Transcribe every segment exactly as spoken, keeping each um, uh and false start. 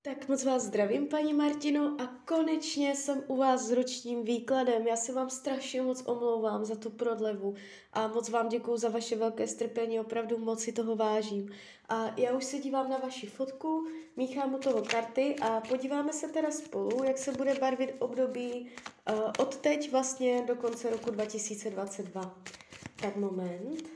Tak moc vás zdravím, paní Martino, a konečně jsem u vás s ročním výkladem. Já se vám strašně moc omlouvám za tu prodlevu a moc vám děkuju za vaše velké strpení, opravdu moc si toho vážím. A já už se dívám na vaši fotku, míchám u toho karty a podíváme se teda spolu, jak se bude barvit období uh, od teď vlastně do konce roku dva tisíce dvacet dva. Tak moment.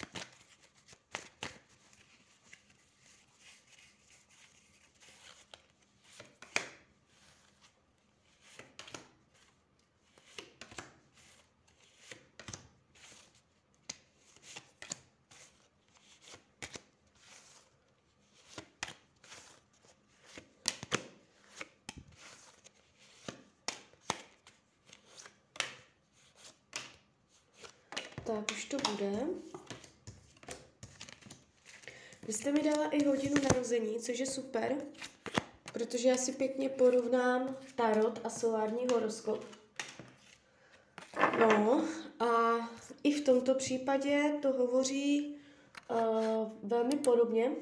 Tak už to bude. Vy jste mi dala i hodinu narození, což je super, protože já si pěkně porovnám tarot a solární horoskop. No a i v tomto případě to hovoří uh, velmi podobně.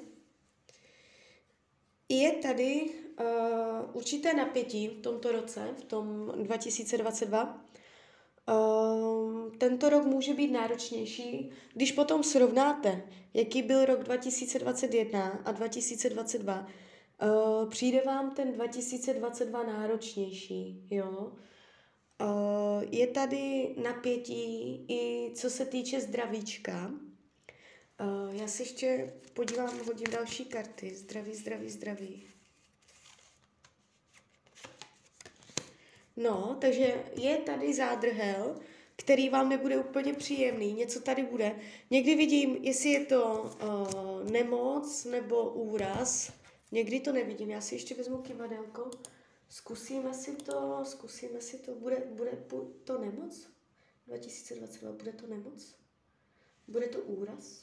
Je tady uh, určité napětí v tomto roce, v tom dva tisíce dvacet dva. Uh, tento rok může být náročnější. Když potom srovnáte, jaký byl rok dva tisíce dvacet jedna a dva tisíce dvacet dva, uh, přijde vám ten dva tisíce dvacet dva náročnější. Jo? Uh, je tady napětí i co se týče zdravíčka. Uh, já si ještě podívám, hodím další karty. Zdraví, zdraví, zdraví. No, takže je tady zádrhel, který vám nebude úplně příjemný, něco tady bude. Někdy vidím, jestli je to uh, nemoc nebo úraz, někdy to nevidím, já si ještě vezmu kyvadelko, zkusíme si to, zkusíme si to, bude, bude to nemoc? dva tisíce dvacet dva, bude to nemoc? Bude to úraz?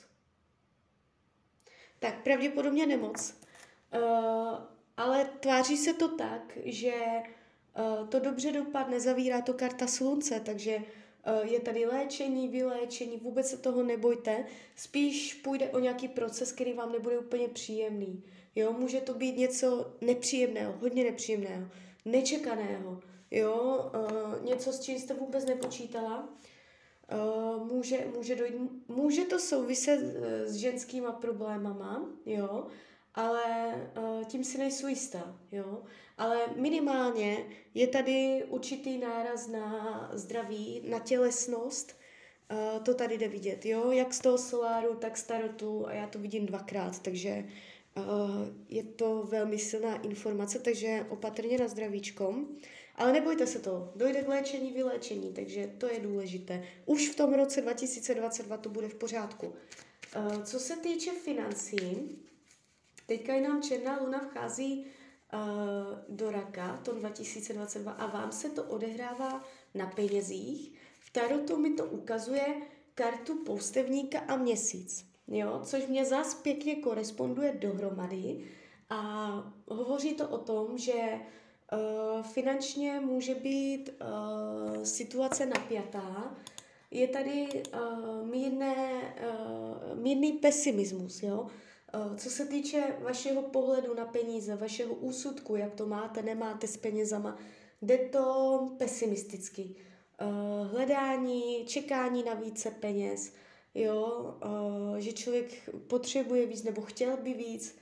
Tak, pravděpodobně nemoc, uh, ale tváří se to tak, že Uh, to dobře dopadne, zavírá to karta slunce, takže uh, je tady léčení, vyléčení, vůbec se toho nebojte, spíš půjde o nějaký proces, který vám nebude úplně příjemný. Jo, může to být něco nepříjemného, hodně nepříjemného, nečekaného, jo, uh, něco, s čím jste vůbec nepočítala. Uh, může, může, dojít, může to souviset s ženskýma problémama, jo, ale uh, tím si nejsou jistá, jo. Ale minimálně je tady určitý náraz na zdraví, na tělesnost, uh, to tady jde vidět, jo, jak z toho soláru, tak z tarotu a já to vidím dvakrát, takže uh, je to velmi silná informace, takže opatrně na zdravíčko. Ale nebojte se toho, dojde k léčení, vyléčení, takže to je důležité. Už v tom roce dva tisíce dvacet dva to bude v pořádku. Uh, co se týče financí, teďka nám černá luna vchází uh, do raka, tom dva tisíce dvacet dva, a vám se to odehrává na penězích. V tarotu mi to ukazuje kartu poustevníka a měsíc, jo? Což mě zas pěkně koresponduje dohromady a hovoří to o tom, že uh, finančně může být uh, situace napjatá. Je tady uh, mírné, uh, mírný pesimismus, jo? Co se týče vašeho pohledu na peníze, vašeho úsudku, jak to máte, nemáte s penězama, jde to pesimisticky. Hledání, čekání na více peněz, jo, že člověk potřebuje víc nebo chtěl by víc,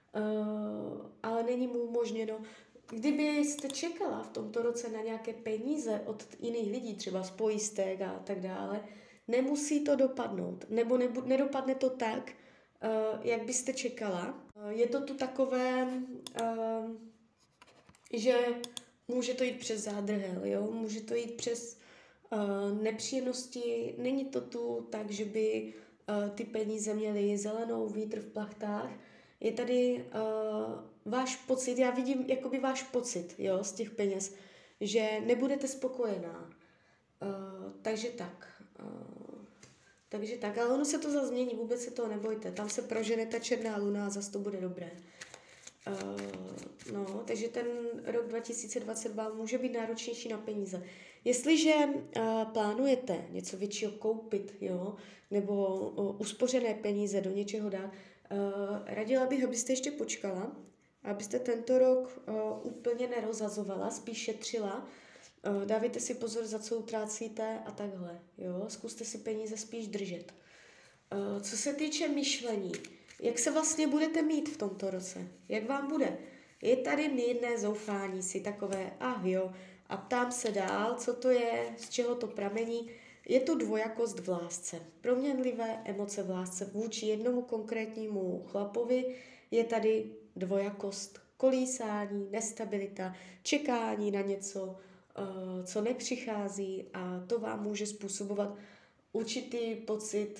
ale není mu umožněno. Kdybyste čekala v tomto roce na nějaké peníze od jiných lidí, třeba z pojistek a tak dále, nemusí to dopadnout, nebo nebu- nedopadne to tak, Uh, jak byste čekala. Uh, je to tu takové, uh, že může to jít přes zádrhel, jo? Může to jít přes uh, nepříjemnosti. Není to tu tak, že by uh, ty peníze měly zelenou, vítr v plachtách. Je tady uh, váš pocit, já vidím jakoby váš pocit, jo, z těch peněz, že nebudete spokojená. Uh, takže tak. Uh, Takže tak, ale ono se to zase změní, vůbec se toho nebojte. Tam se prožene ta černá luna a zase to bude dobré. Uh, no, takže ten rok dva tisíce dvacet dva může být náročnější na peníze. Jestliže uh, plánujete něco většího koupit, jo, nebo uh, uspořené peníze do něčeho dát, uh, radila bych, abyste ještě počkala, abyste tento rok uh, úplně nerozazovala, spíš šetřila. Uh, dávejte si pozor, za co utrácíte a takhle. Jo? Zkuste si peníze spíš držet. Uh, co se týče myšlení, jak se vlastně budete mít v tomto roce? Jak vám bude? Je tady mírné zoufání si takové, ah jo, a ptám se dál, co to je, z čeho to pramení. Je tu dvojakost v lásce. Proměnlivé emoce v lásce vůči jednomu konkrétnímu chlapovi. Je tady dvojakost, kolísání, nestabilita, čekání na něco, co nepřichází, a to vám může způsobovat určitý pocit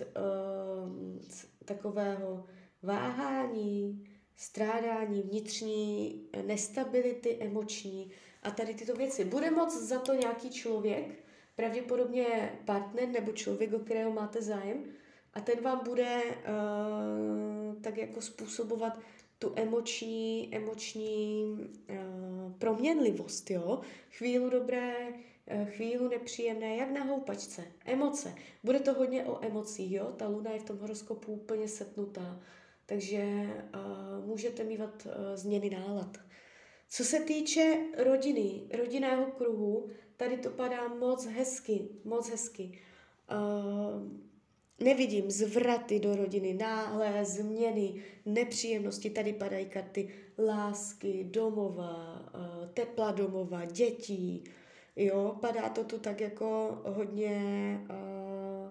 takového váhání, strádání, vnitřní nestability, emoční a tady tyto věci. Bude moc za to nějaký člověk, pravděpodobně partner nebo člověk, o kterého máte zájem, a ten vám bude uh, tak jako způsobovat tu emoční, emoční uh, proměnlivost, jo. Chvíli dobré, uh, chvíli nepříjemné, jak na houpačce. Emoce. Bude to hodně o emocích, jo. Ta luna je v tom horoskopu úplně setnutá, takže uh, můžete mívat uh, změny nálad. Co se týče rodiny, rodinného kruhu, tady to padá moc hezky, moc hezky. Uh, nevidím zvraty do rodiny, náhlé změny, nepříjemnosti. Tady padají karty lásky, domova, uh, tepla domova, dětí. Jo, padá to tu tak jako hodně uh,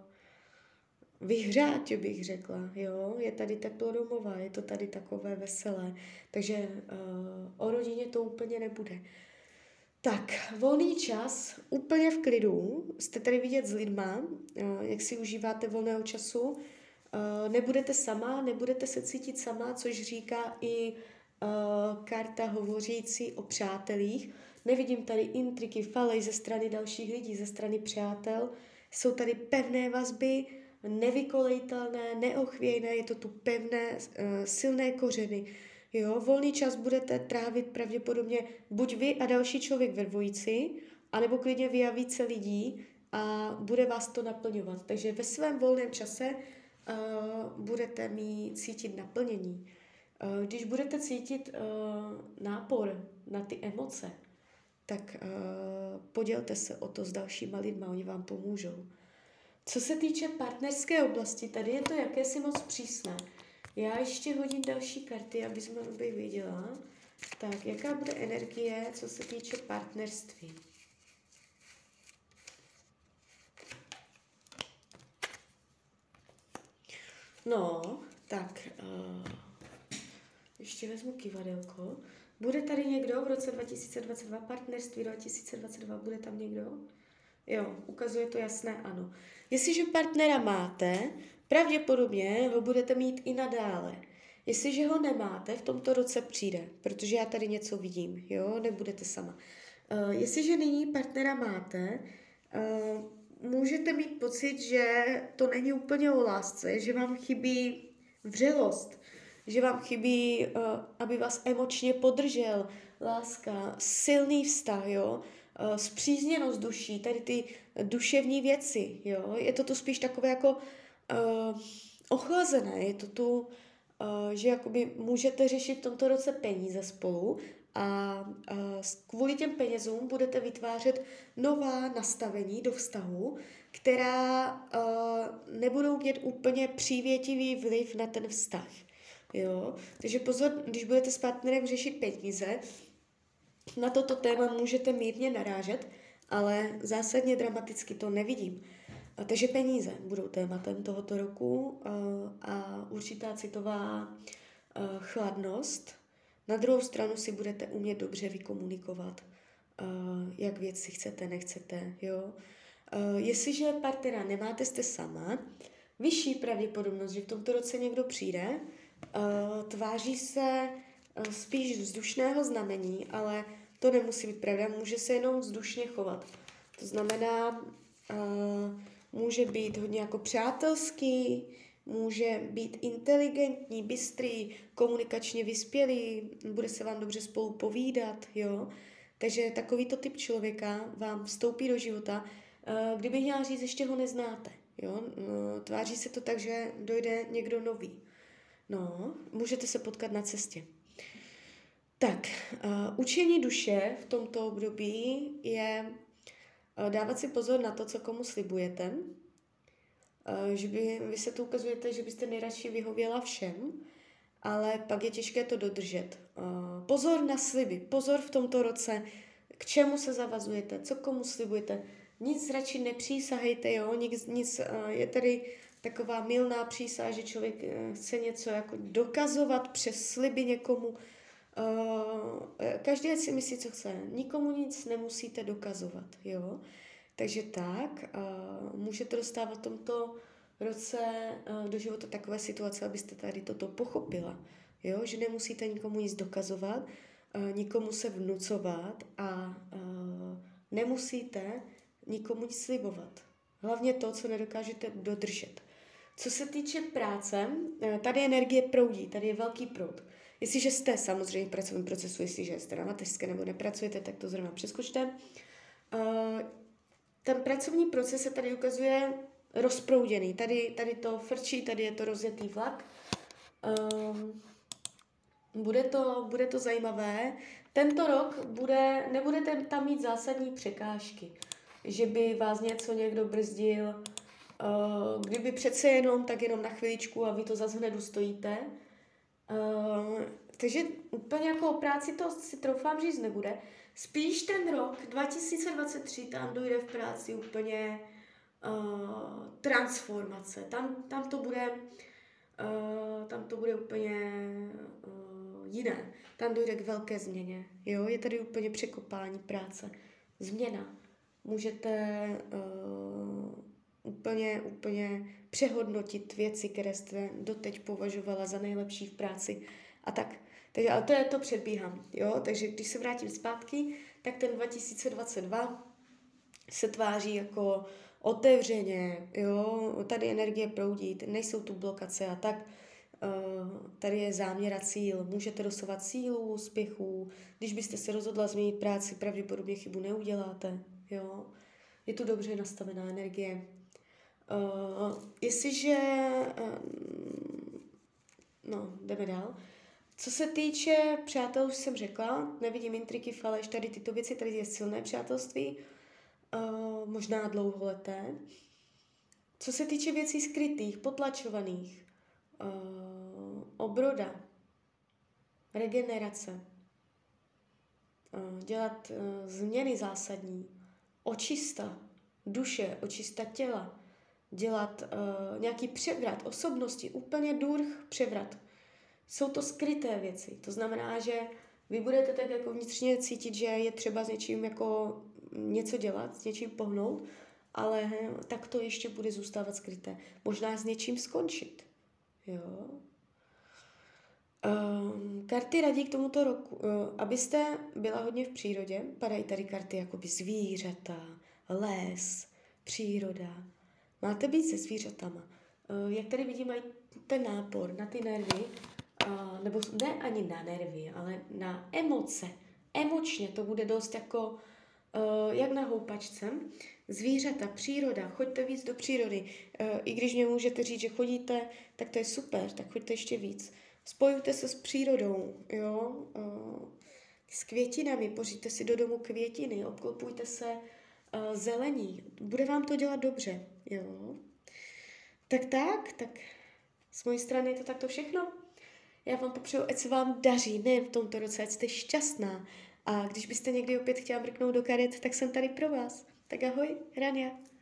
vyhřátě, bych řekla. Jo, je tady teplo domova, je to tady takové veselé. Takže uh, o rodině to úplně nebude. Tak, volný čas, úplně v klidu, jste tady vidět s lidma, jak si užíváte volného času, nebudete sama, nebudete se cítit sama, což říká i karta hovořící o přátelích. Nevidím tady intriky, falej ze strany dalších lidí, ze strany přátel. Jsou tady pevné vazby, nevykolejitelné, neochvějné, je to tu pevné, silné kořeny. Jo, volný čas budete trávit pravděpodobně buď vy a další člověk ve dvojici, anebo klidně vy a více lidí a bude vás to naplňovat. Takže ve svém volném čase uh, budete mít cítit naplnění. Uh, když budete cítit uh, nápor na ty emoce, tak uh, podělte se o to s dalšíma lidma, oni vám pomůžou. Co se týče partnerské oblasti, tady je to jakési moc přísné. Já ještě hodím další karty, aby jsme obě věděla. Tak, jaká bude energie, co se týče partnerství? No, tak, uh, ještě vezmu kivadelko. Bude tady někdo v roce dva tisíce dvacet dva, partnerství dva tisíce dvacet dva, bude tam někdo? Jo, ukazuje to jasné ano. Jestliže partnera máte, pravděpodobně ho budete mít i nadále. Jestliže ho nemáte, v tomto roce přijde, protože já tady něco vidím, jo, nebudete sama. Uh, jestliže nyní partnera máte, uh, můžete mít pocit, že to není úplně o lásce, že vám chybí vřelost, že vám chybí, uh, aby vás emočně podržel, láska, silný vztah, jo, uh, spřízněnost duší, tady ty duševní věci, jo, je to tu spíš takové jako uh, ochlazené, je to tu, uh, že jakoby můžete řešit v tomto roce peníze spolu a uh, kvůli těm penězům budete vytvářet nová nastavení do vztahu, která uh, nebudou mít úplně přívětivý vliv na ten vztah. Jo? Takže pozor, když budete s partnerem řešit peníze, na toto téma můžete mírně narážet, ale zásadně dramaticky to nevidím. A takže peníze budou tématem tohoto roku a, a určitá citová a, chladnost. Na druhou stranu si budete umět dobře vykomunikovat, a, jak věci chcete, nechcete. Jo? A, jestliže partnera nemáte, jste sama, vyšší pravděpodobnost, že v tomto roce někdo přijde, a, tváří se a, spíš vzdušného znamení, ale to nemusí být pravda, může se jenom vzdušně chovat. To znamená, uh, může být hodně jako přátelský, může být inteligentní, bystrý, komunikačně vyspělý, bude se vám dobře spolu povídat, jo. Takže takovýto typ člověka vám vstoupí do života, uh, kdybych měla říct, ještě ho neznáte, jo. Uh, tváří se to tak, že dojde někdo nový. No, můžete se potkat na cestě. Tak, uh, učení duše v tomto období je uh, dávat si pozor na to, co komu slibujete. Uh, že by, vy se tu ukazujete, že byste nejradši vyhověla všem, ale pak je těžké to dodržet. Uh, pozor na sliby, pozor v tomto roce, k čemu se zavazujete, co komu slibujete. Nic radši nepřísahejte, jo, nic, nic uh, je tady taková mylná přísaha, že člověk uh, chce něco jako dokazovat přes sliby někomu. Uh, každý ať si myslí, co chce. Nikomu nic nemusíte dokazovat, jo. Takže tak, uh, můžete dostávat v tomto roce uh, do života takové situace, abyste tady toto pochopila, jo, že nemusíte nikomu nic dokazovat, uh, nikomu se vnucovat a uh, nemusíte nikomu nic slibovat. Hlavně to, co nedokážete dodržet. Co se týče práce, uh, tady energie proudí, tady je velký proud. Jestliže jste samozřejmě v pracovním procesu, jestliže jste na mateřské nebo nepracujete, tak to zrovna přeskočte. Uh, ten pracovní proces se tady ukazuje rozprouděný. Tady, tady to frčí, tady je to rozjetý vlak. Um, bude, to, bude to zajímavé. Tento rok bude, nebudete tam mít zásadní překážky, že by vás něco někdo brzdil. Uh, kdyby přece jenom, tak jenom na chviličku a vy to zase hned ustojíte. Uh, takže úplně jako o práci to si troufám říct nebude. Spíš ten rok dva tisíce dvacet tři tam dojde v práci úplně uh, transformace. Tam, tam, to bude, uh, tam to bude úplně uh, jiné. Tam dojde k velké změně. Jo? Je tady úplně překopání práce. Změna. Můžete uh, úplně, úplně přehodnotit věci, které jste doteď považovala za nejlepší v práci a tak. Takže, ale to je to předbíhám, jo, takže když se vrátím zpátky, tak ten dva tisíce dvacet dva se tváří jako otevřeně, jo, tady energie proudí, nejsou tu blokace a tak, uh, tady je záměr a cíl, můžete dosahovat cílů, úspěchů, když byste se rozhodla změnit práci, pravděpodobně chybu neuděláte, jo, je tu dobře nastavená energie. Uh, jestliže, uh, no, jdeme dál. Co se týče přátel, už jsem řekla, nevidím intriky, faleš, tady tyto věci, tady je silné přátelství, uh, možná dlouholeté. Co se týče věcí skrytých, potlačovaných, uh, obroda, regenerace, uh, dělat uh, změny zásadní, očista duše, očista těla, dělat uh, nějaký převrat osobnosti, úplně durch převrat. Jsou to skryté věci. To znamená, že vy budete tak jako vnitřně cítit, že je třeba s něčím jako něco dělat, s něčím pohnout, ale tak to ještě bude zůstávat skryté. Možná s něčím skončit. Jo. Um, karty radí k tomuto roku, uh, abyste byla hodně v přírodě. Padají tady karty jakoby zvířata, les, příroda. Máte být se zvířatama. Uh, jak tady vidím, mají ten nápor na ty nervy, uh, nebo ne ani na nervy, ale na emoce. Emočně to bude dost jako, uh, jak na houpačce. Zvířata, příroda, choďte víc do přírody. Uh, I když mě můžete říct, že chodíte, tak to je super, tak choďte ještě víc. Spojujte se s přírodou, jo, uh, s květinami, pořiďte si do domu květiny, obklopujte se uh, zelení, bude vám to dělat dobře, jo. Tak tak, tak z mojí strany je to takto všechno. Já vám popřeju, ať se vám daří, nejen v tomto roce, ať jste šťastná. A když byste někdy opět chtěla mrknout do karet, tak jsem tady pro vás. Tak ahoj, Rania.